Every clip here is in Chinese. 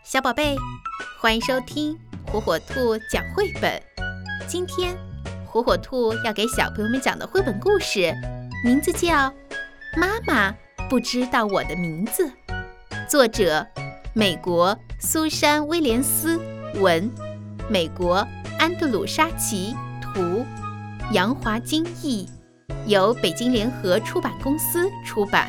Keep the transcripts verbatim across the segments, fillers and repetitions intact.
小宝贝，欢迎收听火火兔讲绘本。今天火火兔要给小朋友们讲的绘本故事名字叫《妈妈不知道我的名字》，作者美国苏珊·威廉斯文，美国安德鲁沙奇图，杨华金译，由北京联合出版公司出版。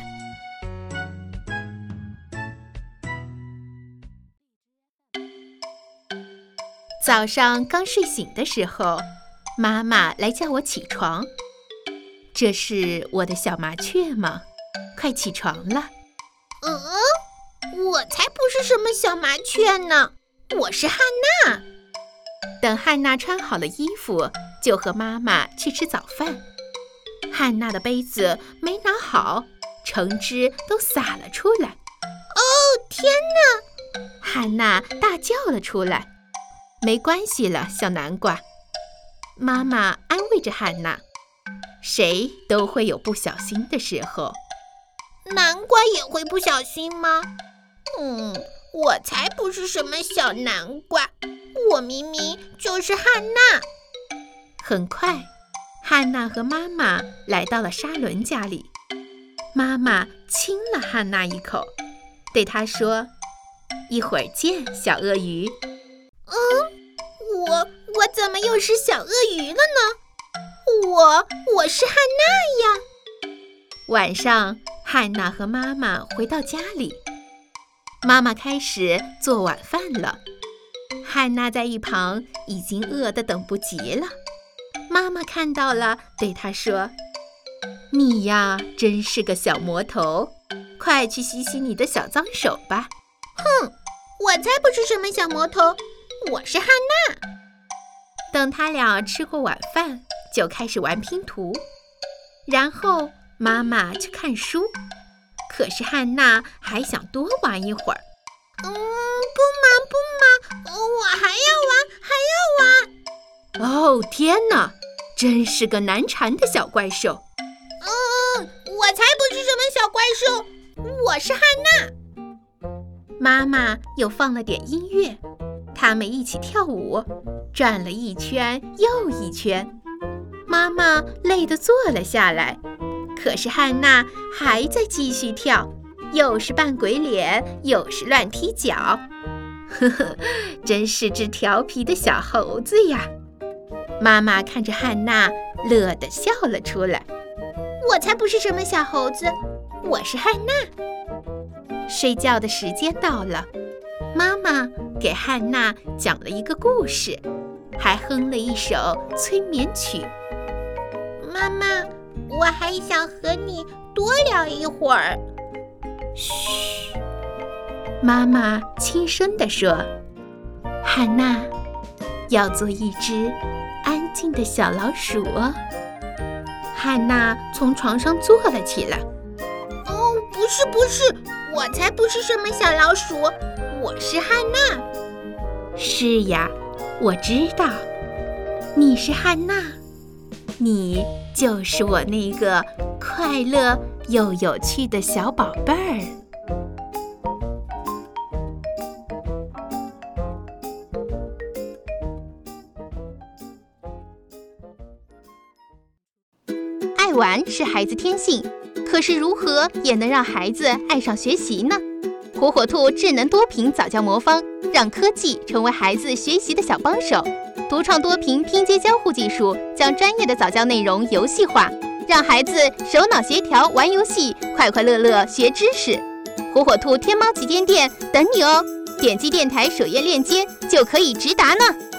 早上刚睡醒的时候，妈妈来叫我起床。这是我的小麻雀吗？快起床了。 嗯，我才不是什么小麻雀呢，我是汉娜。 等汉娜穿好了衣服，就和妈妈去吃早饭。汉娜的杯子没拿好，橙汁都洒了出来。 哦，天哪！ 汉娜大叫了出来。没关系了，小南瓜。妈妈安慰着汉娜，谁都会有不小心的时候。 南瓜也会不小心吗？嗯，我才不是什么小南瓜，我明明就是汉娜。 很快，汉娜和妈妈来到了沙伦家里。妈妈亲了汉娜一口，对她说：“一会儿见，小鳄鱼。” 嗯，我我怎么又是小鳄鱼了呢？我我是汉娜呀。 晚上，汉娜和妈妈回到家里，妈妈开始做晚饭了。汉娜在一旁已经饿得等不及了。妈妈看到了，对她说：“你呀，真是个小魔头，快去洗洗你的小脏手吧。” 哼，我才不是什么小魔头，我是汉娜。 等他俩吃过晚饭，就开始玩拼图，然后妈妈去看书。可是汉娜还想多玩一会儿。 嗯，不嘛不嘛，我还要玩，还要玩。哦，天哪，真是个难缠的小怪兽。 嗯，我才不是什么小怪兽，我是汉娜。 妈妈又放了点音乐，他们一起跳舞，转了一圈又一圈。妈妈累得坐了下来，可是汉娜还在继续跳，又是扮鬼脸，又是乱踢脚。呵呵，真是只调皮的小猴子呀！妈妈看着汉娜，乐得笑了出来。 我才不是什么小猴子，我是汉娜。 睡觉的时间到了，妈妈给汉娜讲了一个故事，还哼了一首催眠曲。 妈妈，我还想和你多聊一会儿。 嘘，妈妈轻声地说：“汉娜，要做一只安静的小老鼠哦。”汉娜从床上坐了起来。 哦，不是不是，我才不是什么小老鼠，我是汉娜。 是呀，我知道，你是汉娜，你就是我那个快乐又有趣的小宝贝儿。爱玩是孩子天性，可是如何也能让孩子爱上学习呢？火火兔智能多屏早教魔方，让科技成为孩子学习的小帮手。独创多屏拼接交互技术，将专业的早教内容游戏化，让孩子手脑协调玩游戏，快快乐乐学知识。火火兔天猫旗舰店等你哦！点击电台首页链接就可以直达呢。